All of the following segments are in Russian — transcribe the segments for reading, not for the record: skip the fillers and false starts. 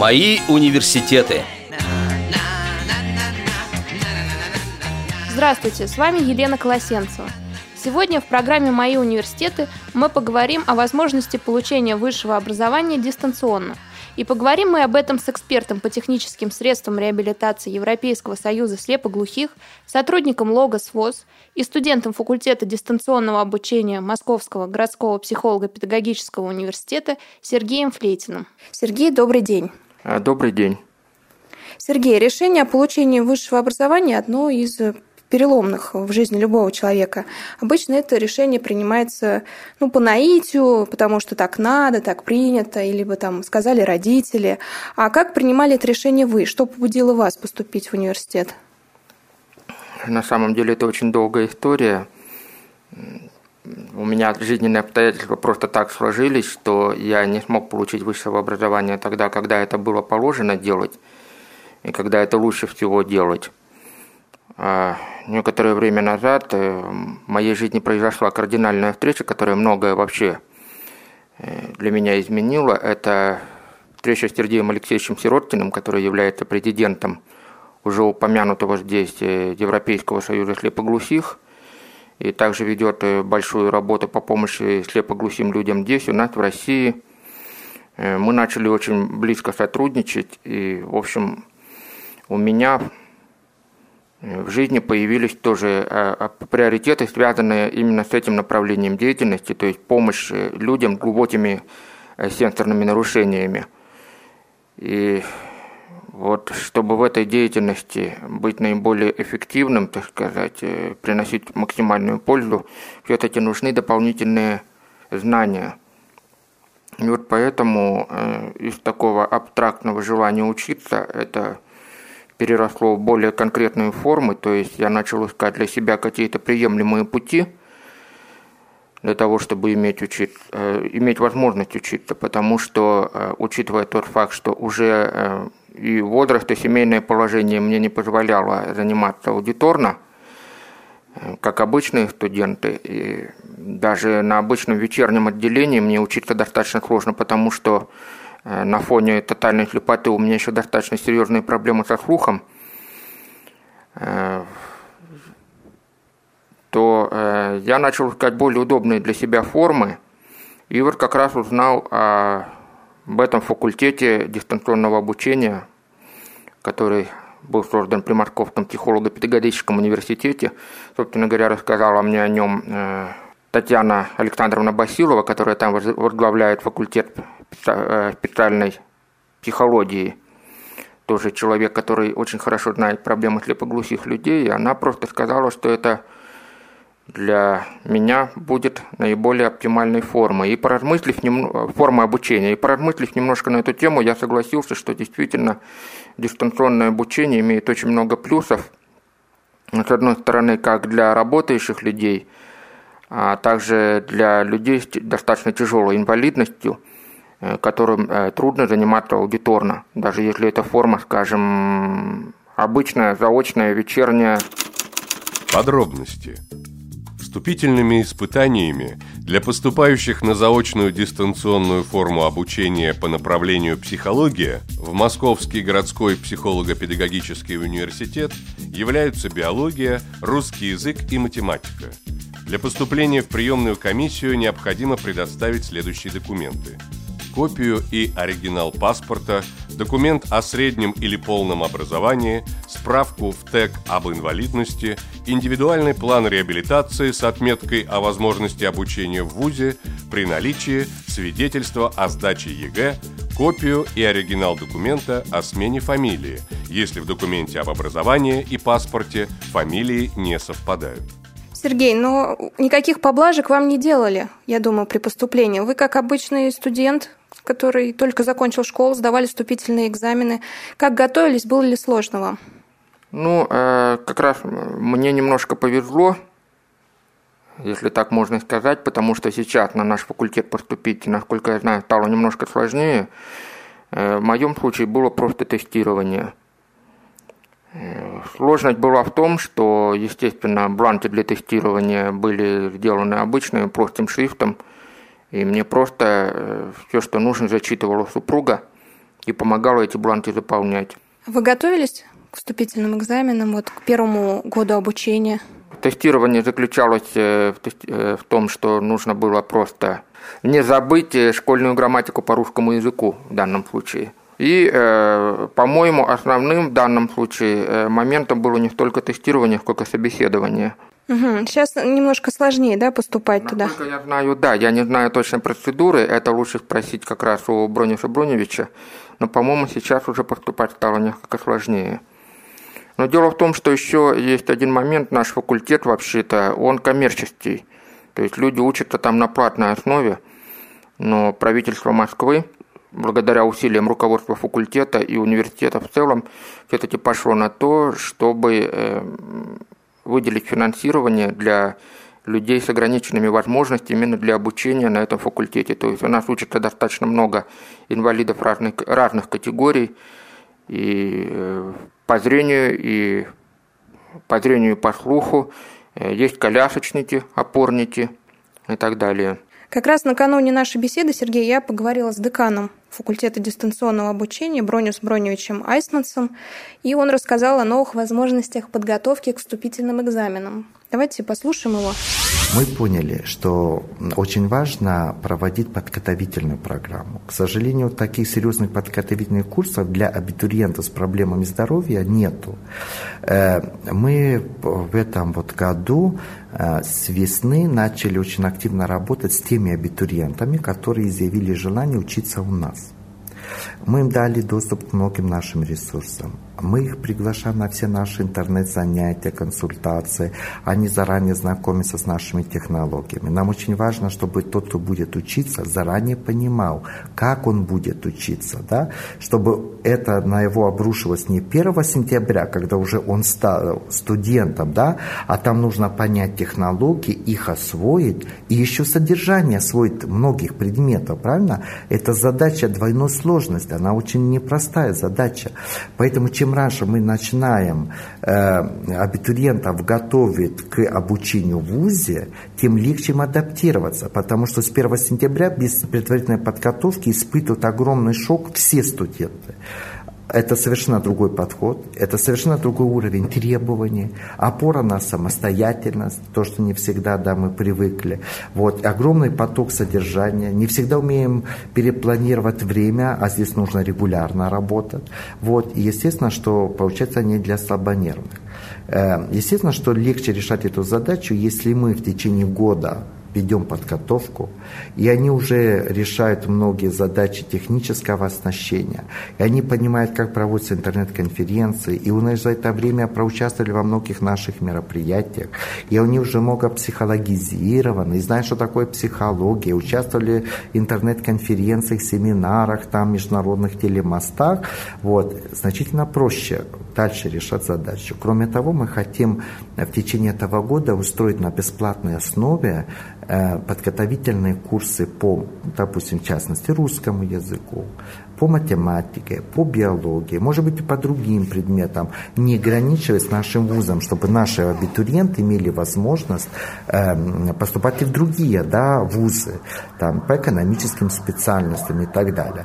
Мои университеты. Здравствуйте, с вами Елена Колосенцева. Сегодня в программе «Мои университеты» мы поговорим о возможности получения высшего образования дистанционно. И поговорим мы об этом с экспертом по техническим средствам реабилитации Европейского союза слепоглухих, сотрудником ЛОГОС ВОС и студентом факультета дистанционного обучения Московского городского психолого-педагогического университета Сергеем Флейтиным. Сергей, добрый день. Добрый день. Сергей, решение о получении высшего образования – одно из переломных в жизни любого человека. Обычно это решение принимается по наитию, потому что так надо, так принято, или сказали родители. А как принимали это решение вы? Что побудило вас поступить в университет? На самом деле это очень долгая история. У меня жизненные обстоятельства просто так сложились, что я не смог получить высшего образования тогда, когда это было положено делать, и когда это лучше всего делать. Некоторое время назад в моей жизни произошла кардинальная встреча, которая многое вообще для меня изменила. Это встреча с Сергеем Алексеевичем Сироткиным, который является президентом уже упомянутого здесь Европейского союза слепоглухих, и также ведет большую работу по помощи слепоглухим людям здесь, у нас в России. Мы начали очень близко сотрудничать, и, в общем, у меня в жизни появились тоже приоритеты, связанные именно с этим направлением деятельности, то есть помощь людям с глубокими сенсорными нарушениями. И вот чтобы в этой деятельности быть наиболее эффективным, так сказать, приносить максимальную пользу, все-таки нужны дополнительные знания. И вот поэтому из такого абстрактного желания учиться это переросло в более конкретные формы, то есть я начал искать для себя какие-то приемлемые пути для того, чтобы иметь возможность учиться, потому что, учитывая тот факт, что уже и возраст, и семейное положение мне не позволяло заниматься аудиторно, как обычные студенты, и даже на обычном вечернем отделении мне учиться достаточно сложно, потому что на фоне тотальной слепоты у меня еще достаточно серьезные проблемы со слухом, то я начал искать более удобные для себя формы, и вот как раз узнал об этом факультете дистанционного обучения, который был создан при Московском психолого-педагогическом университете. Собственно говоря, рассказала мне о нем Татьяна Александровна Басилова, которая там возглавляет факультет специальной психологии. Тоже человек, который очень хорошо знает проблемы слепоглухих людей. И она просто сказала, что это для меня будет наиболее оптимальной формой. Формой обучения. И поразмыслив немножко на эту тему, я согласился, что действительно дистанционное обучение имеет очень много плюсов. С одной стороны, как для работающих людей, а также для людей с достаточно тяжелой инвалидностью, которым трудно заниматься аудиторно, даже если это форма, скажем, обычная, заочная, вечерняя. Подробности. Вступительными испытаниями для поступающих на заочную дистанционную форму обучения по направлению психология в Московский городской психолого-педагогический университет являются биология, русский язык и математика. Для поступления в приемную комиссию необходимо предоставить следующие документы: копию и оригинал паспорта, документ о среднем или полном образовании, справку в ТЭК об инвалидности, индивидуальный план реабилитации с отметкой о возможности обучения в вузе, при наличии свидетельства о сдаче ЕГЭ, копию и оригинал документа о смене фамилии, если в документе об образовании и паспорте фамилии не совпадают. Сергей, но никаких поблажек вам не делали, я думаю, при поступлении. Вы, как обычный студент, который только закончил школу, сдавали вступительные экзамены. Как готовились, было ли сложно вам? Как раз мне немножко повезло, если так можно сказать, потому что сейчас на наш факультет поступить, насколько я знаю, стало немножко сложнее. В моем случае было просто тестирование. Сложность была в том, что, естественно, бланки для тестирования были сделаны обычным простым шрифтом, и мне просто все, что нужно, зачитывала супруга. и помогала эти бланки заполнять. Вы готовились к вступительным экзаменам, к первому году обучения? Тестирование заключалось в том, что нужно было просто не забыть школьную грамматику по русскому языку в данном случае. И, по-моему, основным в данном случае моментом было не столько тестирование, сколько собеседование. Сейчас немножко сложнее, да, поступать туда? Насколько я знаю, да. Я не знаю точной процедуры. Это лучше спросить как раз у Брониса Броневича. Но, по-моему, сейчас уже поступать стало несколько сложнее. Но дело в том, что еще есть один момент. Наш факультет, вообще-то, он коммерческий. То есть люди учатся там на платной основе. Но правительство Москвы, благодаря усилиям руководства факультета и университета в целом, все-таки пошло на то, чтобы выделить финансирование для людей с ограниченными возможностями именно для обучения на этом факультете. То есть у нас учатся достаточно много инвалидов разных категорий, и по зрению, и по слуху, есть колясочники, опорники и так далее. Как раз накануне нашей беседы, Сергей, я поговорила с деканом факультета дистанционного обучения Бронисом Броневичем Айсмансом, и он рассказал о новых возможностях подготовки к вступительным экзаменам. Давайте послушаем его. Мы поняли, что очень важно проводить подготовительную программу. К сожалению, таких серьезных подготовительных курсов для абитуриентов с проблемами здоровья нету. Мы в этом году с весны начали очень активно работать с теми абитуриентами, которые изъявили желание учиться у нас. Мы им дали доступ к многим нашим ресурсам. Мы их приглашаем на все наши интернет-занятия, консультации. Они заранее знакомятся с нашими технологиями. Нам очень важно, чтобы тот, кто будет учиться, заранее понимал, как он будет учиться, да? Чтобы это на его обрушилось не 1 сентября, когда уже он стал студентом, да? А там нужно понять технологии, их освоить и еще содержание освоить многих предметов, правильно? Это задача двойной сложности, она очень непростая задача. Поэтому чем раньше мы начинаем абитуриентов готовить к обучению в ВУЗе, тем легче им адаптироваться, потому что с 1 сентября без предварительной подготовки испытывают огромный шок все студенты. Это совершенно другой подход, это совершенно другой уровень требований, опора на самостоятельность, то, что не всегда, да, мы привыкли. Огромный поток содержания, не всегда умеем перепланировать время, а здесь нужно регулярно работать. И естественно, что получается не для слабонервных. Естественно, что легче решать эту задачу, если мы в течение года ведем подготовку, и они уже решают многие задачи технического оснащения, и они понимают, как проводятся интернет-конференции, и уже за это время проучаствовали во многих наших мероприятиях, и они уже много психологизированы, и знают, что такое психология, участвовали в интернет-конференциях, семинарах, международных телемостах, значительно проще дальше решать задачу. Кроме того, мы хотим в течение этого года устроить на бесплатной основе подготовительные курсы по, допустим, в частности, русскому языку, по математике, по биологии, может быть, и по другим предметам, не ограничиваясь нашим вузом, чтобы наши абитуриенты имели возможность поступать и в другие вузы, по экономическим специальностям и так далее.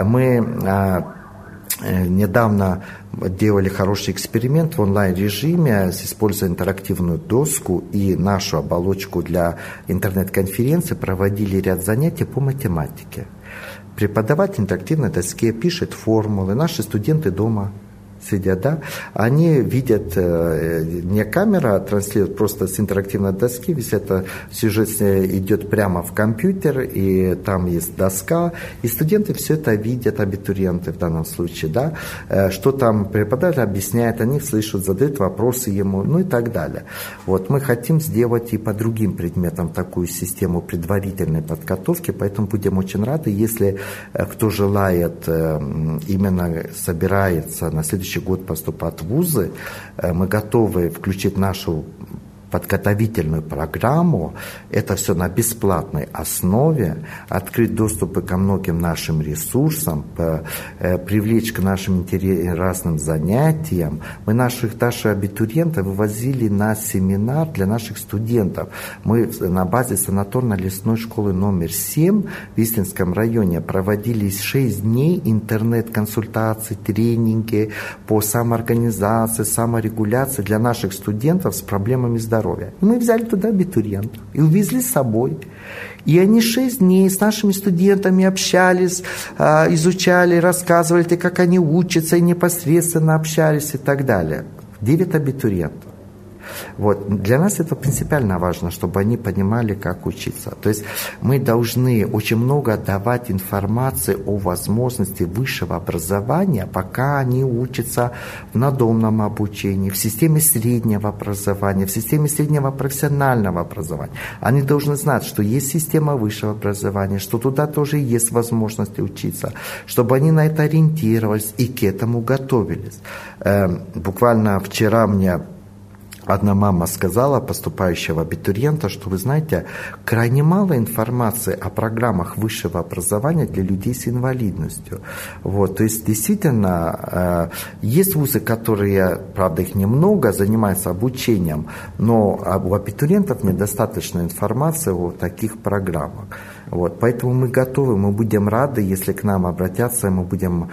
Мы недавно делали хороший эксперимент в онлайн-режиме, используя интерактивную доску и нашу оболочку для интернет-конференции, проводили ряд занятий по математике. Преподаватель на интерактивной доске пишет формулы, наши студенты дома сидят, они видят, не камера транслирует, просто с интерактивной доски, весь этот сюжет идет прямо в компьютер, и там есть доска, и студенты все это видят, абитуриенты в данном случае, что там преподаватель объясняет, они слышат, задают вопросы ему, и так далее. Мы хотим сделать и по другим предметам такую систему предварительной подготовки, поэтому будем очень рады, если кто желает, именно собирается на следующий год поступать в вузы, мы готовы включить нашу подготовительную программу, это все на бесплатной основе, открыть доступы ко многим нашим ресурсам, привлечь к нашим разным занятиям. Мы наших абитуриентов вывозили на семинар для наших студентов. Мы на базе санаторно-лесной школы номер 7 в Вислинском районе проводили 6 дней интернет-консультаций, тренинги по самоорганизации, саморегуляции для наших студентов с проблемами здоровья. И мы взяли туда абитуриентов и увезли с собой. И они 6 дней с нашими студентами общались, изучали, рассказывали, как они учатся, и непосредственно общались и так далее. 9 абитуриентов. Вот. Для нас это принципиально важно, чтобы они понимали, как учиться. То есть мы должны очень много давать информации о возможности высшего образования, пока они учатся в надомном обучении, в системе среднего образования, в системе среднего профессионального образования. Они должны знать, что есть система высшего образования, что туда тоже есть возможности учиться, чтобы они на это ориентировались и к этому готовились. Буквально вчера мне одна мама сказала, поступающего абитуриента, что, вы знаете, крайне мало информации о программах высшего образования для людей с инвалидностью. Вот, то есть, действительно, есть вузы, которые, правда, их немного, занимаются обучением, но у абитуриентов недостаточно информации о таких программах. Вот, поэтому мы готовы, мы будем рады, если к нам обратятся, мы будем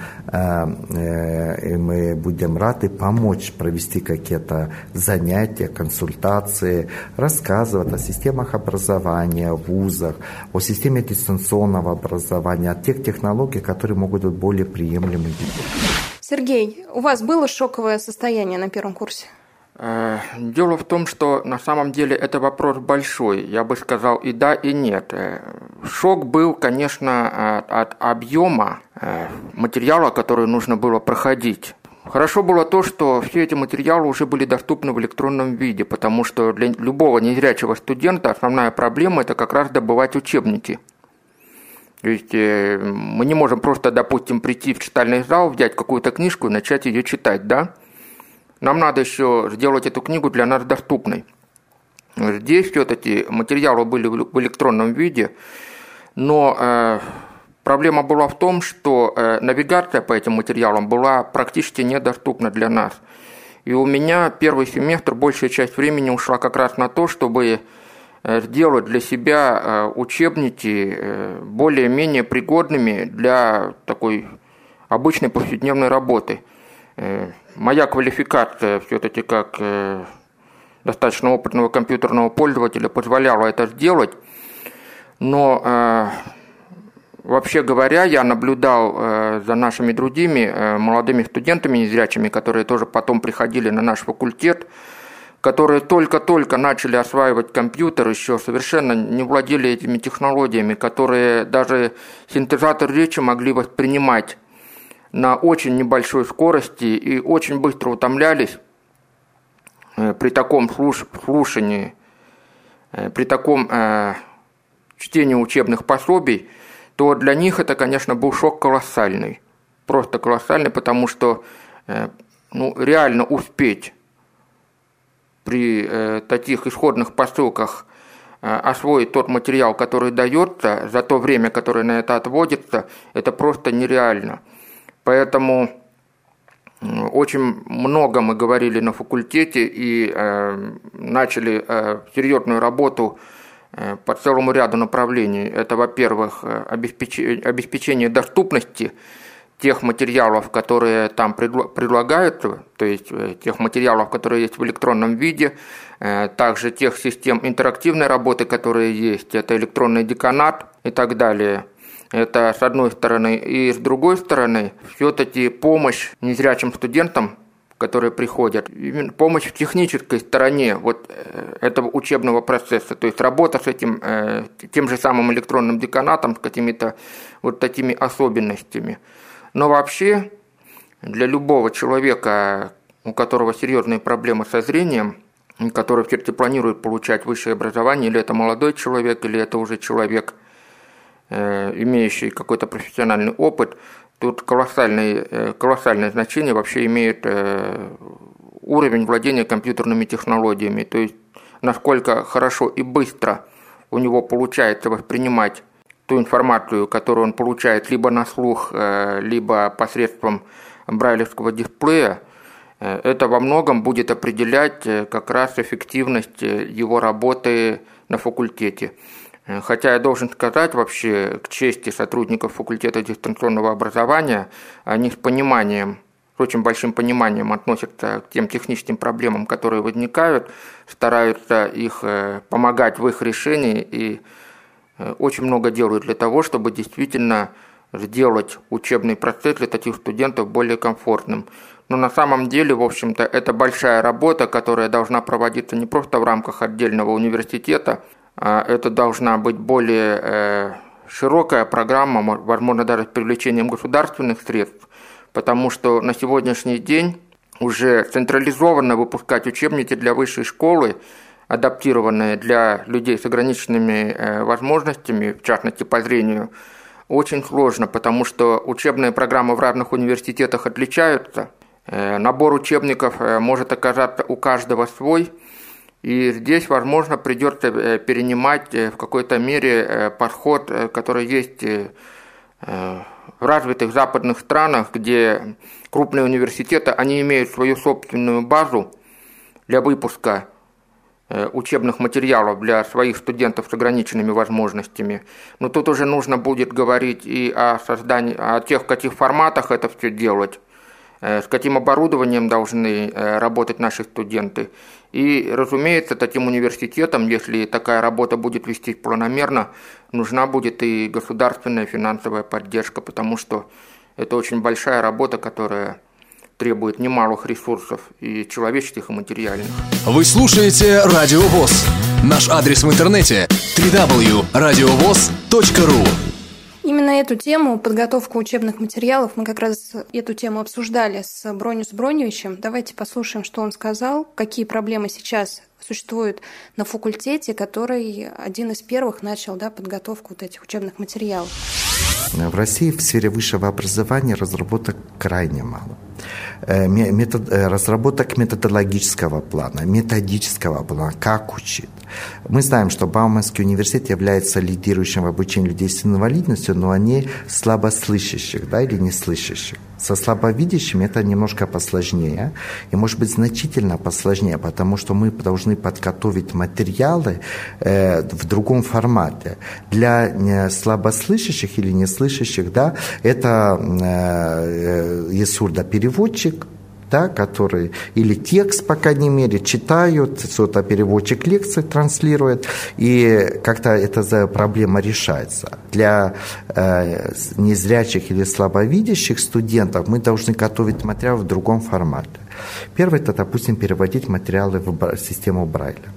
рады помочь провести какие-то занятия, консультации, рассказывать о системах образования, в вузах, о системе дистанционного образования, о тех технологиях, которые могут быть более приемлемы. Сергей, у вас было шоковое состояние на первом курсе? Дело в том, что на самом деле это вопрос большой. Я бы сказал и да, и нет. Шок был, конечно, от объема материала, который нужно было проходить. Хорошо было то, что все эти материалы уже были доступны в электронном виде, потому что для любого незрячего студента основная проблема – это как раз добывать учебники. То есть мы не можем просто, допустим, прийти в читальный зал, взять какую-то книжку и начать ее читать, да? Нам надо еще сделать эту книгу для нас доступной. Здесь все-таки материалы были в электронном виде, но проблема была в том, что навигация по этим материалам была практически недоступна для нас. И у меня первый семестр, большая часть времени ушла как раз на то, чтобы сделать для себя учебники более-менее пригодными для такой обычной повседневной работы. Моя квалификация все-таки как достаточно опытного компьютерного пользователя позволяла это сделать, но вообще говоря, я наблюдал за нашими другими молодыми студентами незрячими, которые тоже потом приходили на наш факультет, которые только-только начали осваивать компьютер, еще совершенно не владели этими технологиями, которые даже синтезатор речи могли воспринимать на очень небольшой скорости и очень быстро утомлялись при таком слушании, при таком чтении учебных пособий, то для них это, конечно, был шок колоссальный. Просто колоссальный, потому что реально успеть при таких исходных посылках освоить тот материал, который дается, за то время, которое на это отводится, это просто нереально. Поэтому очень много мы говорили на факультете и начали серьезную работу по целому ряду направлений. Это, во-первых, обеспечение доступности тех материалов, которые там предлагаются, то есть тех материалов, которые есть в электронном виде, также тех систем интерактивной работы, которые есть, это электронный деканат и так далее. Это с одной стороны. И с другой стороны, все-таки помощь незрячим студентам, которые приходят, именно помощь в технической стороне вот этого учебного процесса, то есть работа с этим, тем же самым электронным деканатом, с какими-то вот такими особенностями. Но вообще для любого человека, у которого серьезные проблемы со зрением, который все-таки планирует получать высшее образование, или это молодой человек, или это уже человек, имеющий какой-то профессиональный опыт, тут колоссальное значение вообще имеет уровень владения компьютерными технологиями. То есть насколько хорошо и быстро у него получается воспринимать ту информацию, которую он получает либо на слух, либо посредством брайлевского дисплея, это во многом будет определять как раз эффективность его работы на факультете. Хотя я должен сказать вообще к чести сотрудников факультета дистанционного образования, они с пониманием, с очень большим пониманием относятся к тем техническим проблемам, которые возникают, стараются их помогать в их решении и очень много делают для того, чтобы действительно сделать учебный процесс для таких студентов более комфортным. Но на самом деле, в общем-то, это большая работа, которая должна проводиться не просто в рамках отдельного университета, а это должна быть более широкая программа, возможно, даже с привлечением государственных средств, потому что на сегодняшний день уже централизованно выпускать учебники для высшей школы, адаптированные для людей с ограниченными возможностями, в частности по зрению, очень сложно, потому что учебные программы в разных университетах отличаются. Набор учебников может оказаться у каждого свой, и здесь, возможно, придется перенимать в какой-то мере подход, который есть в развитых западных странах, где крупные университеты, они имеют свою собственную базу для выпуска учебных материалов для своих студентов с ограниченными возможностями. Но тут уже нужно будет говорить и о создании, о тех, в каких форматах это все делать, с каким оборудованием должны работать наши студенты. И, разумеется, таким университетам, если такая работа будет вестись планомерно, нужна будет и государственная финансовая поддержка, потому что это очень большая работа, которая требует немалых ресурсов, и человеческих, и материальных. Вы слушаете Радио ВОС. Наш адрес в интернете www.radiovoz.ru. Именно эту тему, подготовку учебных материалов, мы как раз эту тему обсуждали с Бронис Броневичем. Давайте послушаем, что он сказал, какие проблемы сейчас существуют на факультете, который один из первых начал подготовку этих учебных материалов. В России в сфере высшего образования разработок крайне мало. Разработок методологического плана, методического плана, как учить. Мы знаем, что Бауманский университет является лидирующим в обучении людей с инвалидностью, но они слабослышащих, или неслышащих. Со слабовидящими это немножко посложнее, и может быть значительно посложнее, потому что мы должны подготовить материалы в другом формате. Для слабослышащих или неслышащих, это есть сурдопереводчик, который или текст, по крайней мере, читают, что-то переводчик лекции транслирует, и как-то эта проблема решается. Для незрячих или слабовидящих студентов мы должны готовить материал в другом формате. Первое, это, допустим, переводить материалы в систему Брайля.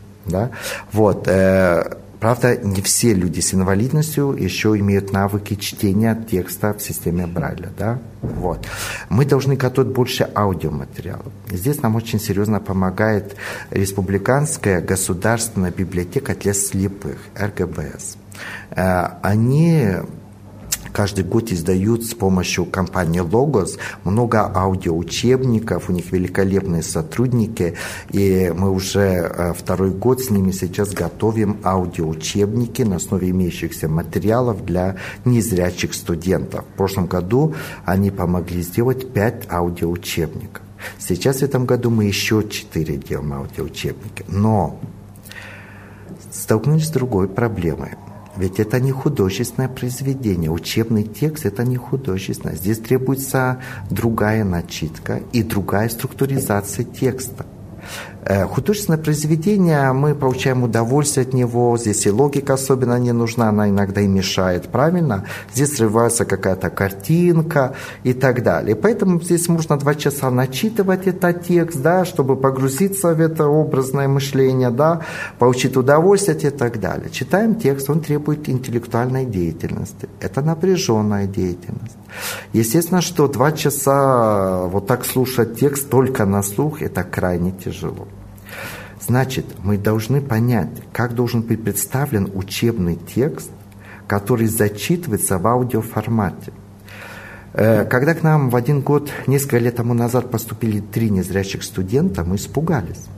Правда, не все люди с инвалидностью еще имеют навыки чтения текста в системе Брайля. Мы должны готовить больше аудиоматериалов. Здесь нам очень серьезно помогает Республиканская государственная библиотека для слепых, РГБС. Они каждый год издают с помощью компании «Логос» много аудиоучебников, у них великолепные сотрудники, и мы уже второй год с ними сейчас готовим аудиоучебники на основе имеющихся материалов для незрячих студентов. В прошлом году они помогли сделать 5 аудиоучебников. Сейчас в этом году мы еще 4 делаем аудиоучебники. Но столкнулись с другой проблемой. Ведь это не художественное произведение. Учебный текст – это не художественное. Здесь требуется другая начитка и другая структуризация текста. Художественное произведение, мы получаем удовольствие от него, здесь и логика особенно не нужна, она иногда и мешает, правильно? Здесь срывается какая-то картинка и так далее. Поэтому здесь можно 2 часа начитывать этот текст, чтобы погрузиться в это образное мышление, получить удовольствие и так далее. Читаем текст, он требует интеллектуальной деятельности. Это напряженная деятельность. Естественно, что 2 часа вот так слушать текст только на слух, это крайне тяжело. Значит, мы должны понять, как должен быть представлен учебный текст, который зачитывается в аудиоформате. Когда к нам в один год, несколько лет тому назад, поступили 3 незрячих студента, мы испугались.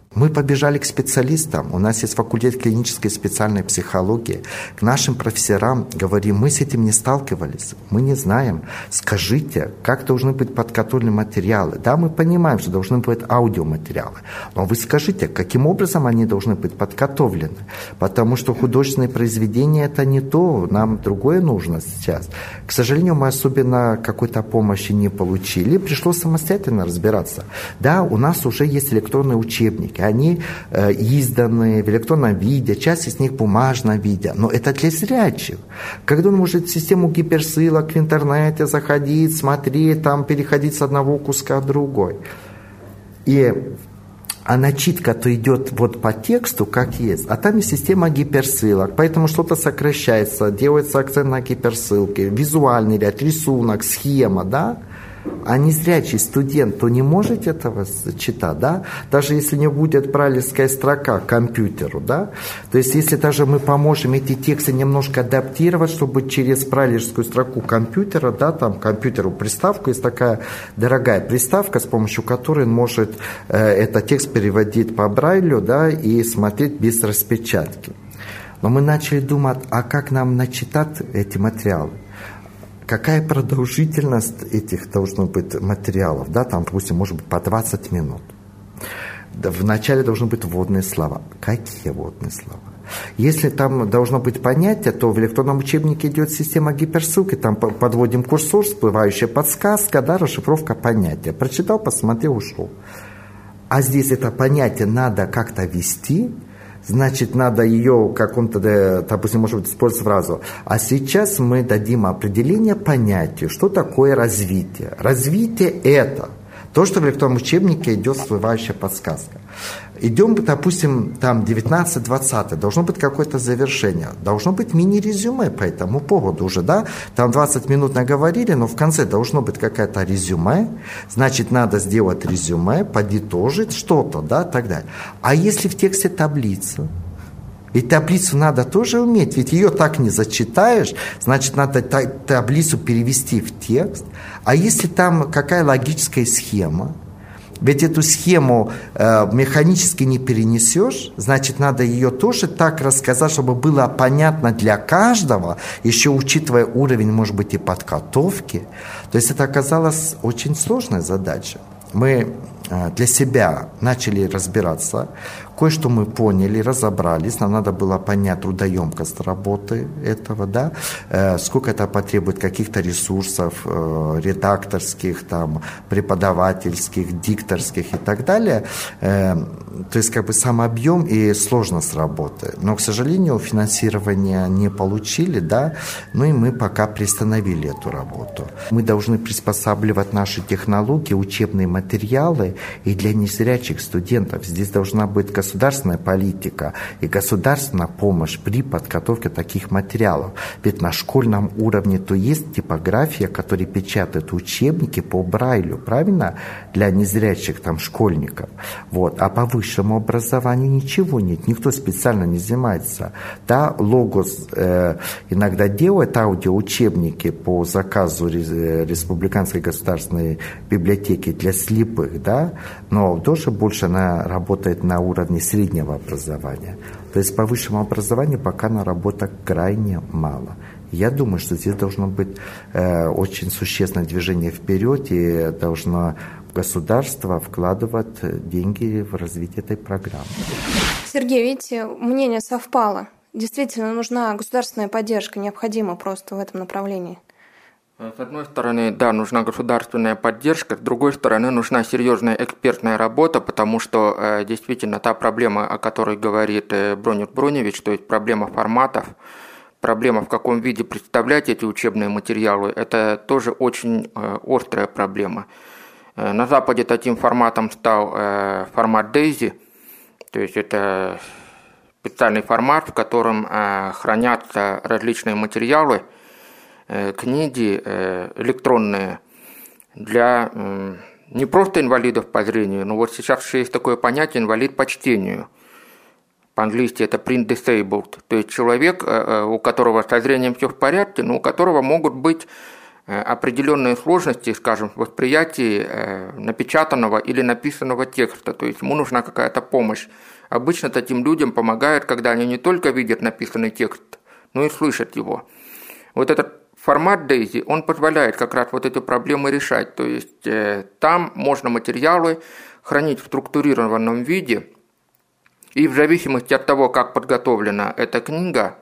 Мы побежали к специалистам. У нас есть факультет клинической специальной психологии. К нашим профессорам говорим, мы с этим не сталкивались, мы не знаем. Скажите, как должны быть подготовлены материалы? Да, мы понимаем, что должны быть аудиоматериалы. Но вы скажите, каким образом они должны быть подготовлены? Потому что художественные произведения – это не то, нам другое нужно сейчас. К сожалению, мы особенно какой-то помощи не получили. Пришлось самостоятельно разбираться. Да, у нас уже есть электронные учебники. Они изданы в электронном виде, часть из них в бумажном виде. Но это для зрячих. Когда он может в систему гиперссылок в интернете заходить, смотреть, там, переходить с одного куска в другой. А начитка-то идет вот по тексту, как есть. А там есть система гиперссылок. Поэтому что-то сокращается, делается акцент на гиперссылки, визуальный ряд, рисунок, схема, да? А незрячий студент, то не может этого читать, да? Даже если не будет брайлевская строка к компьютеру, да? То есть, если даже мы поможем эти тексты немножко адаптировать, чтобы через брайлевскую строку компьютера, да, там компьютеру приставку, есть такая дорогая приставка, с помощью которой он может этот текст переводить по брайлю, да, и смотреть без распечатки. Но мы начали думать, а как нам начитать эти материалы? Какая продолжительность этих должно быть материалов, да, там, допустим, может быть, по 20 минут. Вначале должны быть вводные слова. Какие вводные слова? Если там должно быть понятие, то в электронном учебнике идет система гиперссылки, там подводим курсор, всплывающая подсказка, да, расшифровка понятия. Прочитал, посмотрел, ушел. А здесь это понятие надо как-то ввести. Значит, надо ее в каком-то, допустим, может быть, использовать фразу. А сейчас мы дадим определение понятию, что такое развитие. Развитие – это то, что в электронном учебнике идет всплывающая подсказка. Идем, допустим, там 19-20, должно быть какое-то завершение, должно быть мини-резюме по этому поводу уже, да, там 20 минут наговорили, но в конце должно быть какое-то резюме, значит, надо сделать резюме, подытожить что-то, да, так далее. А если в тексте таблица? И таблицу надо тоже уметь, ведь ее так не зачитаешь, значит, надо таблицу перевести в текст. А если там какая логическая схема, ведь эту схему механически не перенесешь, значит, надо ее тоже так рассказать, чтобы было понятно для каждого, еще учитывая уровень, может быть, и подготовки. То есть это оказалась очень сложная задача. Мы для себя начали разбираться, кое-что мы поняли, разобрались, нам надо было понять трудоемкость работы этого, да, сколько это потребует каких-то ресурсов редакторских, там, преподавательских, дикторских и так далее. То есть как бы сам объем и сложность работы. Но, к сожалению, финансирования не получили, да, ну и мы пока приостановили эту работу. Мы должны приспосабливать наши технологии, учебные материалы и для незрячих студентов. Здесь должна быть государственная политика и государственная помощь при подготовке таких материалов. Ведь на школьном уровне то есть типография, которая печатает учебники по Брайлю, правильно? Для незрячих там школьников. Вот. А по высшему образованию ничего нет, никто специально не занимается. Да, Логос иногда делает аудиоучебники по заказу Республиканской государственной библиотеки для слепых, да, но тоже больше она работает на уровне среднего образования. То есть по высшему образованию пока наработок крайне мало. Я думаю, что здесь должно быть очень существенное движение вперед, и должно государство вкладывать деньги в развитие этой программы. Сергей, видите, мнение совпало. Действительно нужна государственная поддержка, необходима просто в этом направлении. С одной стороны, да, нужна государственная поддержка, с другой стороны, нужна серьезная экспертная работа, потому что действительно та проблема, о которой говорит Бронник Броневич, то есть проблема форматов, проблема, в каком виде представлять эти учебные материалы, это тоже очень острая проблема. На Западе таким форматом стал формат DAISY, то есть это специальный формат, в котором хранятся различные материалы, книги электронные для не просто инвалидов по зрению, но вот сейчас еще есть такое понятие инвалид по чтению. По-английски это print disabled, то есть человек, у которого со зрением все в порядке, но у которого могут быть определенные сложности, скажем, в восприятии напечатанного или написанного текста, то есть ему нужна какая-то помощь. Обычно таким людям помогает, когда они не только видят написанный текст, но и слышат его. Вот этот формат DAISY, он позволяет как раз вот эти проблемы решать, то есть там можно материалы хранить в структурированном виде, и в зависимости от того, как подготовлена эта книга,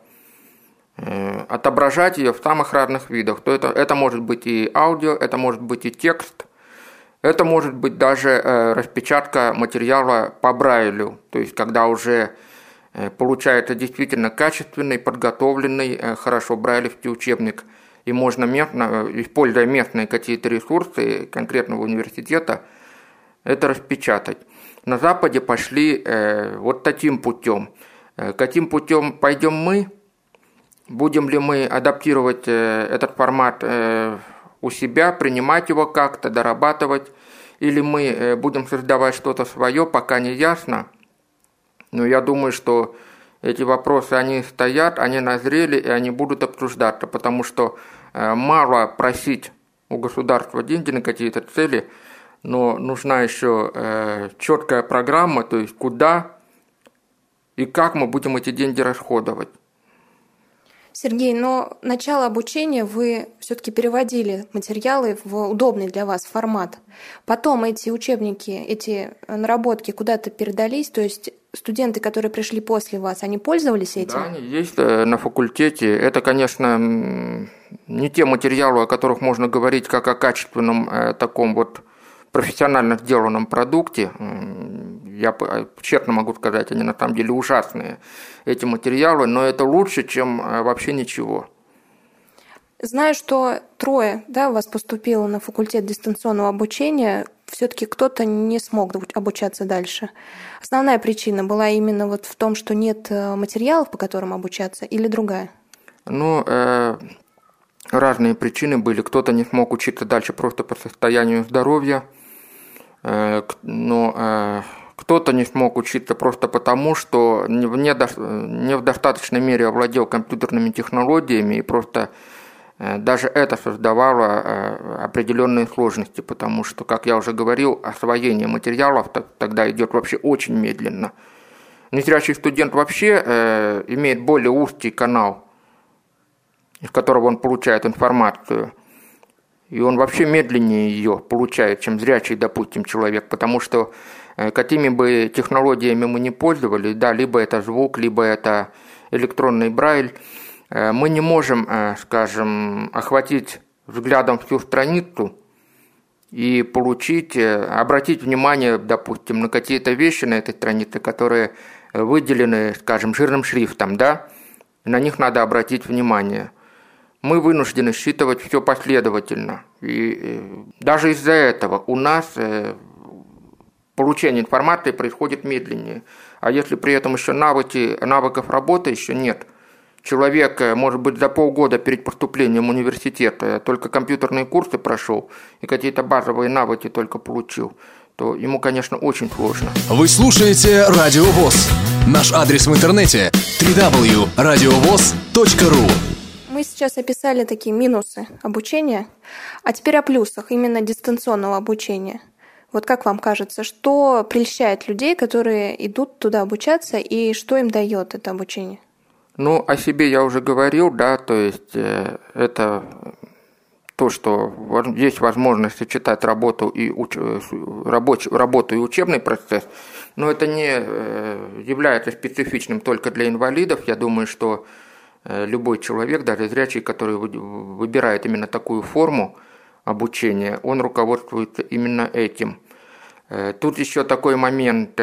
отображать ее в самых разных видах. То это может быть и аудио, это может быть и текст, это может быть даже распечатка материала по Брайлю, то есть когда уже получается действительно качественный, подготовленный, хорошо брайлевский учебник, и можно местно, используя местные какие-то ресурсы конкретного университета, это распечатать. На Западе пошли вот таким путем. Каким путем пойдем мы? Будем ли мы адаптировать этот формат у себя, принимать его как-то, дорабатывать, или мы будем создавать что-то свое, пока не ясно. Но я думаю, что эти вопросы, они стоят, они назрели, и они будут обсуждаться, потому что мало просить у государства деньги на какие-то цели, но нужна еще четкая программа, то есть куда и как мы будем эти деньги расходовать. Сергей, но начало обучения вы все-таки переводили материалы в удобный для вас формат. Потом эти учебники, эти наработки куда-то передались, то есть студенты, которые пришли после вас, они пользовались этим? Да, они есть на факультете. Это, конечно, не те материалы, о которых можно говорить как о качественном таком вот профессионально сделанном продукте. Я честно могу сказать, они на самом деле ужасные, эти материалы, но это лучше, чем вообще ничего. Знаю, что 3 у вас поступило на факультет дистанционного обучения, все-таки кто-то не смог обучаться дальше. Основная причина была именно вот в том, что нет материалов, по которым обучаться, или другая? Разные причины были. Кто-то не смог учиться дальше просто по состоянию здоровья, но кто-то не смог учиться просто потому, что не в достаточной мере овладел компьютерными технологиями, и просто даже это создавало определенные сложности, потому что, как я уже говорил, освоение материалов тогда идет вообще очень медленно. Незрячий студент вообще имеет более узкий канал, из которого он получает информацию, и он вообще медленнее ее получает, чем зрячий, допустим, человек, потому что какими бы технологиями мы ни пользовались, да, либо это звук, либо это электронный Брайль, мы не можем, скажем, охватить взглядом всю страницу и обратить внимание, допустим, на какие-то вещи на этой странице, которые выделены, скажем, жирным шрифтом, да, на них надо обратить внимание. Мы вынуждены считывать все последовательно. И даже из-за этого у нас получение информации происходит медленнее. А если при этом еще навыков работы еще нет, человек, может быть, за полгода перед поступлением в университет только компьютерные курсы прошел и какие-то базовые навыки только получил, то ему, конечно, очень сложно. Вы слушаете Радио ВОС. Наш адрес в интернете www.radiovoz.ru. Мы сейчас описали такие минусы обучения, а теперь о плюсах именно дистанционного обучения. Вот как вам кажется, что прельщает людей, которые идут туда обучаться, и что им дает это обучение? О себе я уже говорил, да, то есть это то, что есть возможность сочетать работу и учебный процесс, но это не является специфичным только для инвалидов. Я думаю, что любой человек, даже зрячий, который выбирает именно такую форму обучения, он руководствуется именно этим. Тут еще такой момент.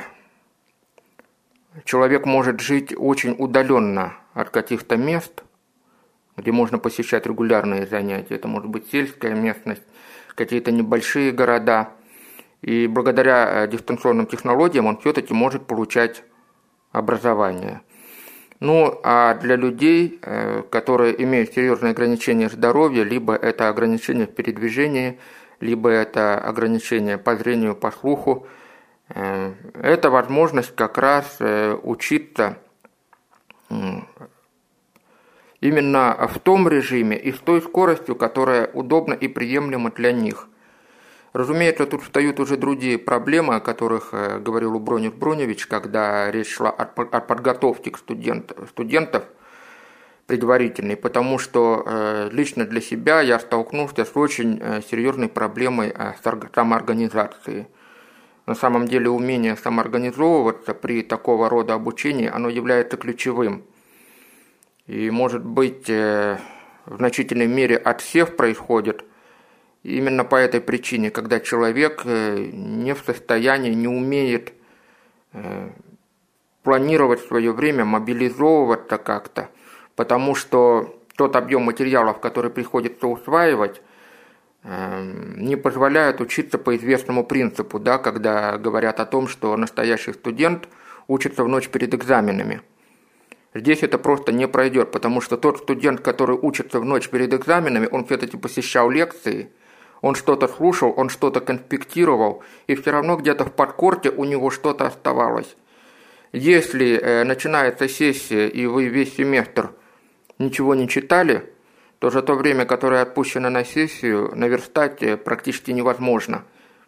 Человек может жить очень удаленно от каких-то мест, где можно посещать регулярные занятия. Это может быть сельская местность, какие-то небольшие города. И благодаря дистанционным технологиям он все-таки может получать образование. А для людей, которые имеют серьезные ограничения здоровья, либо это ограничения в передвижении, либо это ограничения по зрению, по слуху, это возможность как раз учиться именно в том режиме и с той скоростью, которая удобна и приемлема для них. Разумеется, тут встают уже другие проблемы, о которых говорил Бронис Броневич, когда речь шла о подготовке к студентов предварительной, потому что лично для себя я столкнулся с очень серьезной проблемой самоорганизации. На самом деле умение самоорганизовываться при такого рода обучении, оно является ключевым. И, может быть, в значительной мере отсев происходит именно по этой причине, когда человек не в состоянии, не умеет планировать свое время, мобилизовываться как-то, потому что тот объем материалов, который приходится усваивать, не позволяет учиться по известному принципу, да, когда говорят о том, что настоящий студент учится в ночь перед экзаменами. Здесь это просто не пройдет, потому что тот студент, который учится в ночь перед экзаменами, он все-таки посещал лекции, он что-то слушал, он что-то конспектировал, и все равно где-то в подкорте у него что-то оставалось. Если начинается сессия, и вы весь семестр ничего не читали, то за то время, которое отпущено на сессию, наверстать практически невозможно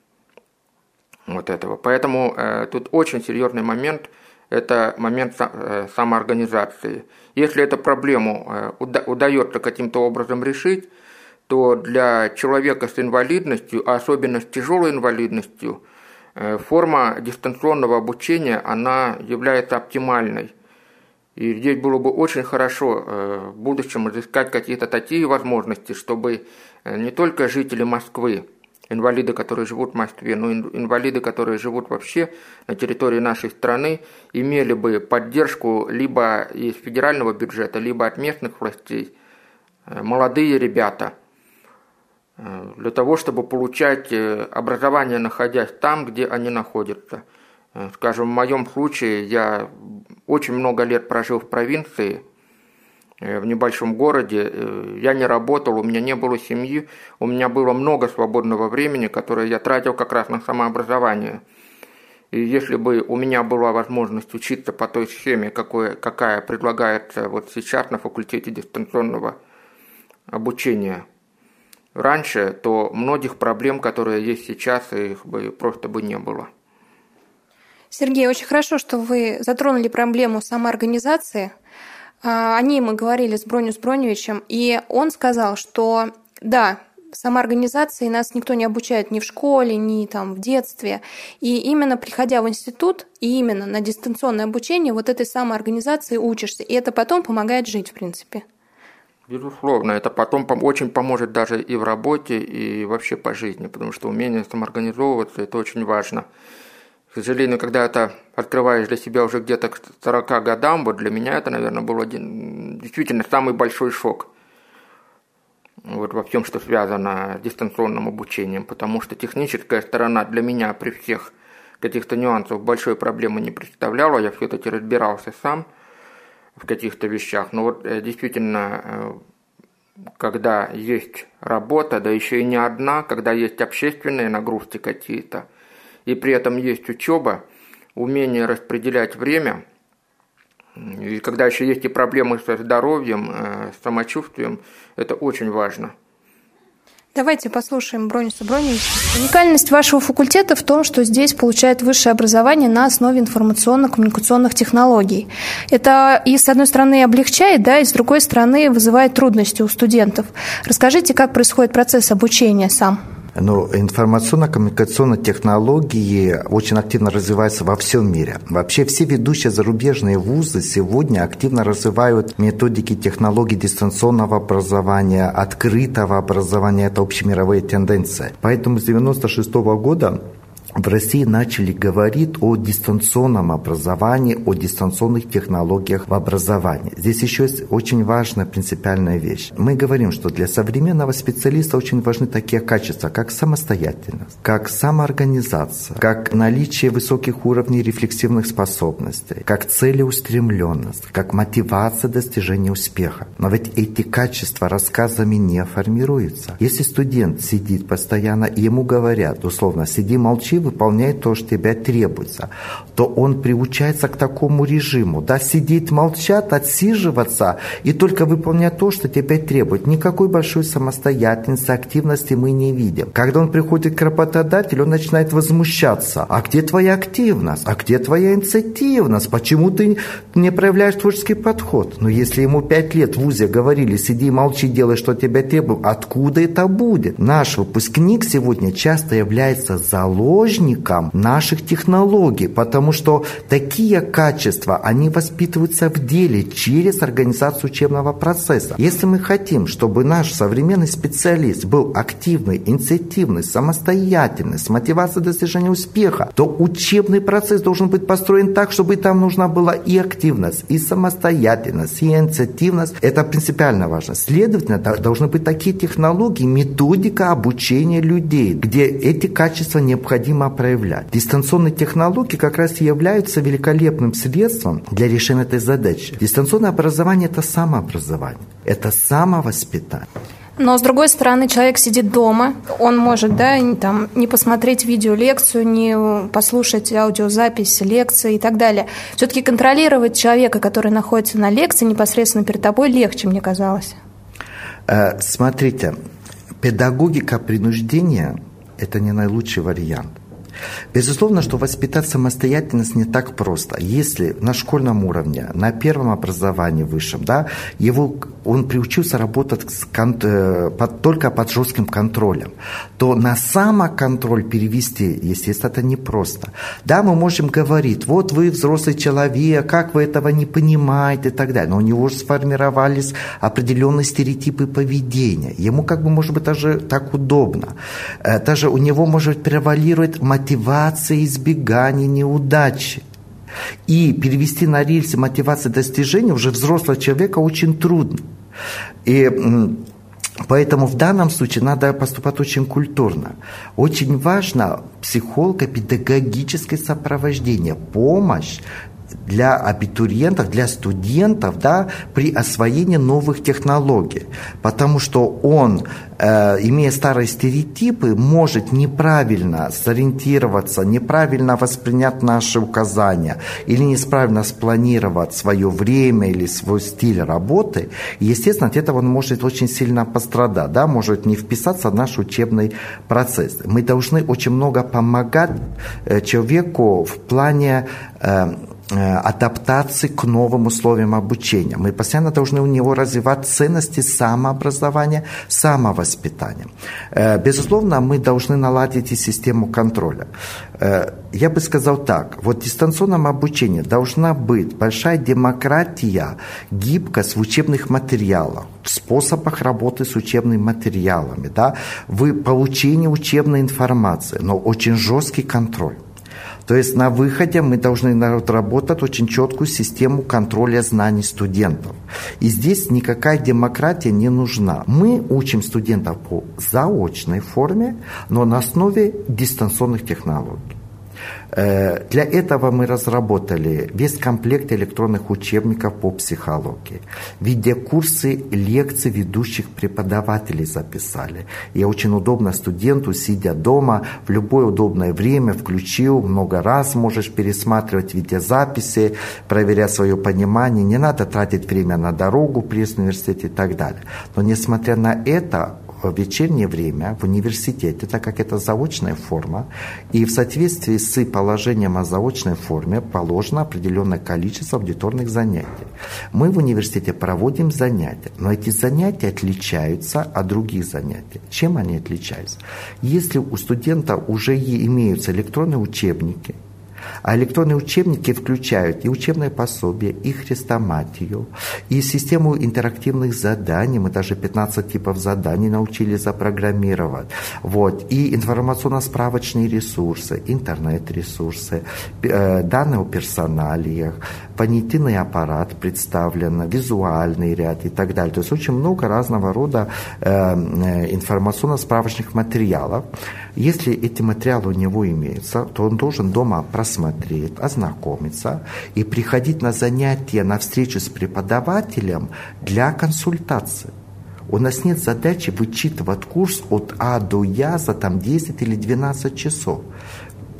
вот этого. Поэтому тут очень серьезный момент – это момент самоорганизации. Если эту проблему удается каким-то образом решить, то для человека с инвалидностью, а особенно с тяжелой инвалидностью, форма дистанционного обучения, она является оптимальной. И здесь было бы очень хорошо в будущем изыскать какие-то такие возможности, чтобы не только жители Москвы, инвалиды, которые живут в Москве, но и инвалиды, которые живут вообще на территории нашей страны, имели бы поддержку либо из федерального бюджета, либо от местных властей, молодые ребята, для того, чтобы получать образование, находясь там, где они находятся. Скажем, в моем случае я очень много лет прожил в провинции, в небольшом городе. Я не работал, у меня не было семьи, у меня было много свободного времени, которое я тратил как раз на самообразование. И если бы у меня была возможность учиться по той схеме, какая предлагается вот сейчас на факультете дистанционного обучения раньше, то многих проблем, которые есть сейчас, их бы просто бы не было. Сергей, очень хорошо, что вы затронули проблему самоорганизации. О ней мы говорили с Бронис Броневичем, и он сказал, что да, самоорганизации нас никто не обучает ни в школе, ни там в детстве. И именно приходя в институт, и именно на дистанционное обучение, вот этой самоорганизации учишься. И это потом помогает жить, в принципе. Безусловно, это потом очень поможет даже и в работе, и вообще по жизни, потому что умение самоорганизовываться – это очень важно. К сожалению, когда это открываешь для себя уже где-то к 40 годам, вот для меня это, наверное, был действительно самый большой шок вот во всем, что связано с дистанционным обучением, потому что техническая сторона для меня при всех каких-то нюансах большой проблемы не представляла, я все-таки разбирался сам в каких-то вещах, но вот действительно, когда есть работа, да еще и не одна, когда есть общественные нагрузки какие-то, и при этом есть учеба, умение распределять время, и когда еще есть и проблемы со здоровьем, с самочувствием, это очень важно. Давайте послушаем Брониса Броневича. Уникальность вашего факультета в том, что здесь получают высшее образование на основе информационно-коммуникационных технологий. Это и с одной стороны облегчает, да, и с другой стороны вызывает трудности у студентов. Расскажите, как происходит процесс обучения сам? Но информационно-коммуникационные технологии очень активно развиваются во всем мире. Вообще все ведущие зарубежные вузы сегодня активно развивают методики технологий дистанционного образования, открытого образования. Это общемировые тенденции. Поэтому с 1996 года в России начали говорить о дистанционном образовании, о дистанционных технологиях в образовании. Здесь еще есть очень важная принципиальная вещь. Мы говорим, что для современного специалиста очень важны такие качества, как самостоятельность, как самоорганизация, как наличие высоких уровней рефлексивных способностей, как целеустремленность, как мотивация достижения успеха. Но ведь эти качества рассказами не формируются. Если студент сидит постоянно, и ему говорят, условно, сиди, молчи, выполняй то, что тебе требуется, то он приучается к такому режиму, да, сидеть, молчать, отсиживаться и только выполнять то, что тебе требует. Никакой большой самостоятельности, активности мы не видим. Когда он приходит к работодателю, он начинает возмущаться. А где твоя активность? А где твоя инициативность? Почему ты не проявляешь творческий подход? Но если ему 5 лет в ВУЗе говорили, сиди, молчи, делай, что тебя требуют, откуда это будет? Наш выпускник сегодня часто является заложником наших технологий, потому что такие качества, они воспитываются в деле через организацию учебного процесса. Если мы хотим, чтобы наш современный специалист был активный, инициативный, самостоятельный, с мотивацией достижения успеха, то учебный процесс должен быть построен так, чтобы там нужна была и активность, и самостоятельность, и инициативность. Это принципиально важно. Следовательно, должны быть такие технологии, методика обучения людей, где эти качества необходимо проявлять. Дистанционные технологии как раз и являются великолепным средством для решения этой задачи. Дистанционное образование – это самообразование, это самовоспитание. Но, с другой стороны, человек сидит дома, он может, да, там, не посмотреть видеолекцию, не послушать аудиозапись лекции и так далее. Все-таки контролировать человека, который находится на лекции непосредственно перед тобой, легче, мне казалось. Смотрите, педагогика принуждения – это не наилучший вариант. Безусловно, что воспитать самостоятельность не так просто. Если на школьном уровне, на первом образовании высшем, да, он приучился работать только под жестким контролем, то на самоконтроль перевести, естественно, это непросто. Да, мы можем говорить, вот вы взрослый человек, как вы этого не понимаете и так далее, но у него же сформировались определенные стереотипы поведения. Ему может быть даже так удобно. Даже у него может превалировать мотивация избегания неудачи. И перевести на рельсы мотивации достижения уже взрослого человека очень трудно. И поэтому в данном случае надо поступать очень культурно. Очень важно психолого-педагогическое сопровождение, помощь для абитуриентов, для студентов, да, при освоении новых технологий. Потому что он, имея старые стереотипы, может неправильно сориентироваться, неправильно воспринять наши указания или неправильно спланировать свое время или свой стиль работы. И, естественно, от этого он может очень сильно пострадать, да, может не вписаться в наш учебный процесс. Мы должны очень много помогать человеку в плане адаптации к новым условиям обучения. Мы постоянно должны у него развивать ценности самообразования, самовоспитания. Безусловно, мы должны наладить и систему контроля. Я бы сказал так, вот в дистанционном обучении должна быть большая демократия, гибкость в учебных материалах, в способах работы с учебными материалами, да, в получении учебной информации, но очень жесткий контроль. То есть на выходе мы должны разработать очень четкую систему контроля знаний студентов. И здесь никакая демократия не нужна. Мы учим студентов по заочной форме, но на основе дистанционных технологий. Для этого мы разработали весь комплект электронных учебников по психологии. Видеокурсы, лекции ведущих преподавателей записали. И очень удобно студенту, сидя дома, в любое удобное время включил, много раз можешь пересматривать видеозаписи, проверять свое понимание. Не надо тратить время на дорогу при университете и так далее. Но несмотря на это, в вечернее время в университете, так как это заочная форма, и в соответствии с положением о заочной форме положено определенное количество аудиторных занятий. Мы в университете проводим занятия, но эти занятия отличаются от других занятий. Чем они отличаются? Если у студента уже имеются электронные учебники, а электронные учебники включают и учебное пособие, и хрестоматию, и систему интерактивных заданий. Мы даже 15 типов заданий научились запрограммировать. Вот. И информационно-справочные ресурсы, интернет-ресурсы, данные о персоналиях, понятийный аппарат представлен, визуальный ряд и так далее. То есть очень много разного рода информационно-справочных материалов. Если эти материалы у него имеются, то он должен дома просмотреть, ознакомиться и приходить на занятия, на встречу с преподавателем для консультации. У нас нет задачи вычитывать курс от А до Я за 10 или 12 часов.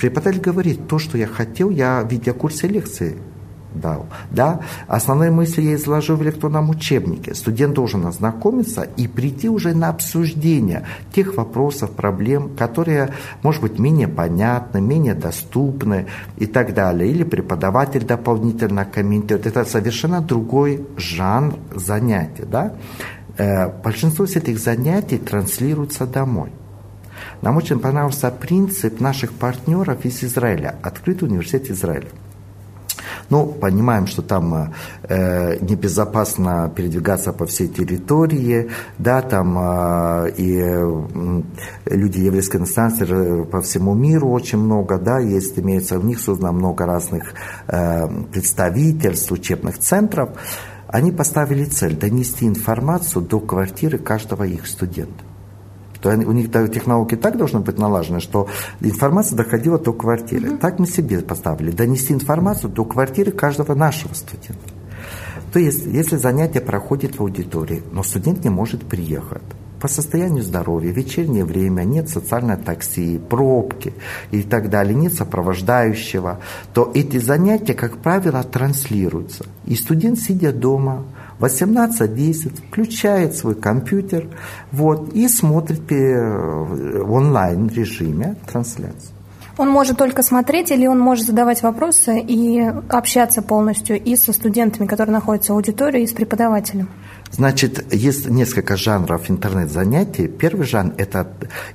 преподаватель говорит, то, что я хотел, я в видеокурсе лекции дал. Да? Основные мысли я изложу в электронном учебнике. Студент должен ознакомиться и прийти уже на обсуждение тех вопросов, проблем, которые, может быть, менее понятны, менее доступны и так далее. Или преподаватель дополнительно комментирует. Это совершенно другой жанр занятий. Да? Большинство из этих занятий транслируется домой. Нам очень понравился принцип наших партнеров из Израиля, Открытый университет Израиля. Ну, понимаем, что там небезопасно передвигаться по всей территории, да, там и люди еврейской национальности по всему миру очень много, да, есть, имеется, в них создано много разных представительств, учебных центров. Они поставили цель донести информацию до квартиры каждого их студента. То у них технологии так должны быть налажены, что информация доходила до квартиры. Так мы себе поставили. Донести информацию до квартиры каждого нашего студента. То есть, если занятие проходит в аудитории, но студент не может приехать по состоянию здоровья, вечернее время, нет социального такси, пробки и так далее, нет сопровождающего, то эти занятия, как правило, транслируются. И студент, сидя дома, 18:10, включает свой компьютер и смотрит в онлайн-режиме трансляцию. Он может только смотреть или он может задавать вопросы и общаться полностью и со студентами, которые находятся в аудитории, и с преподавателем? Значит, есть несколько жанров интернет-занятий. Первый жанр – это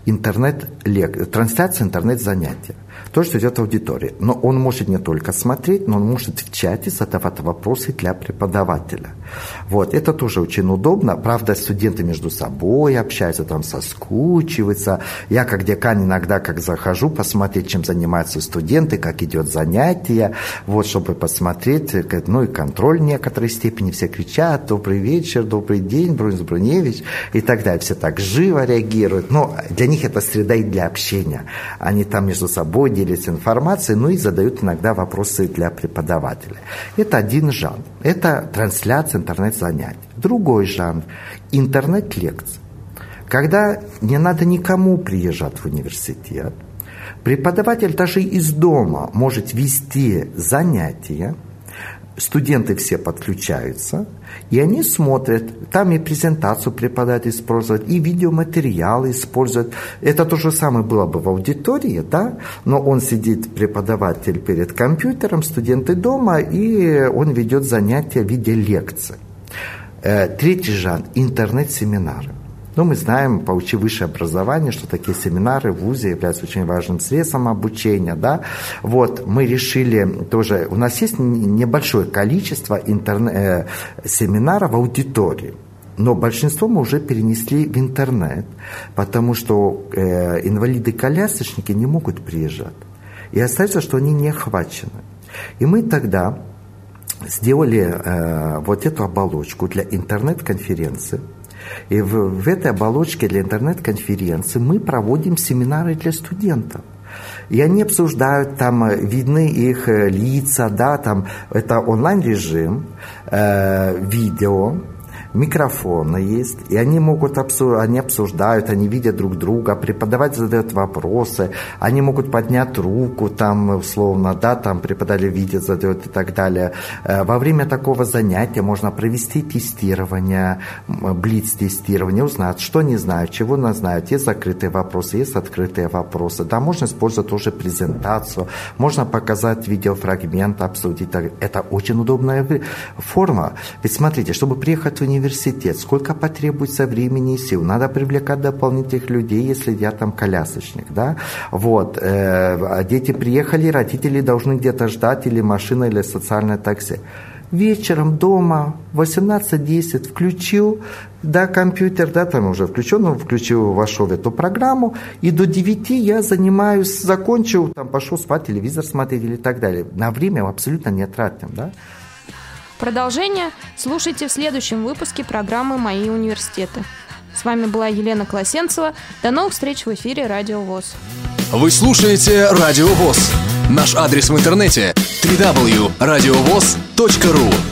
трансляция интернет-занятия. То, что идет в аудитории. Но он может не только смотреть, но он может в чате задавать вопросы для преподавателя. Это тоже очень удобно. Правда, студенты между собой общаются, там соскучиваются. Я, как декан, иногда как захожу посмотреть, чем занимаются студенты, как идет занятие, чтобы посмотреть, и контроль в некоторой степени. Все кричат: «Добрый вечер», «Добрый день», «Брунис Бруневич» и так далее. Все так живо реагируют. Но для них это среда и для общения. Они там между собой делятся информацией, и задают иногда вопросы для преподавателя. Это один жанр. Это трансляция интернет-занятий. Другой жанр – интернет-лекции. Когда не надо никому приезжать в университет, преподаватель даже из дома может вести занятия, студенты все подключаются, и они смотрят, там и презентацию преподаватель использует, и видеоматериалы используют. Это то же самое было бы в аудитории, да? Но он сидит, преподаватель, перед компьютером, студенты дома, и он ведет занятия в виде лекций. Третий жанр – интернет-семинары. Мы знаем, получив высшее образование, что такие семинары в ВУЗе являются очень важным средством обучения. Да? Мы решили тоже, у нас есть небольшое количество семинаров в аудитории, но большинство мы уже перенесли в интернет, потому что инвалиды-колясочники не могут приезжать. И остается, что они не охвачены. И мы тогда сделали эту оболочку для интернет-конференции. И в этой оболочке для интернет-конференции мы проводим семинары для студентов. И они обсуждают, там видны их лица, да, там это онлайн-режим, видео, микрофоны есть, и они могут они обсуждают, они видят друг друга, преподаватель задает вопросы, они могут поднять руку, там, условно, да, там преподаватель видит, задает и так далее. Во время такого занятия можно провести тестирование, блиц-тестирование, узнать, что не знают, чего не знают. Есть закрытые вопросы, есть открытые вопросы. Да, можно использовать тоже презентацию, можно показать видеофрагмент, обсудить. Это очень удобная форма. Ведь смотрите, чтобы приехать в университет, сколько потребуется времени и сил, надо привлекать дополнительных людей, если я там колясочник, да, дети приехали, родители должны где-то ждать, или машина, или социальное такси. Вечером дома 18:10 включил, да, компьютер, да, там уже включил, вошел в эту программу, и до 9 я занимаюсь, закончил, там пошел спать, телевизор смотреть или так далее. На время абсолютно не тратим, да. Продолжение слушайте в следующем выпуске программы «Мои университеты». С вами была Елена Колосенцева. До новых встреч в эфире Радио ВОС. Вы слушаете Радио ВОС. Наш адрес в интернете – www.radiovoz.ru.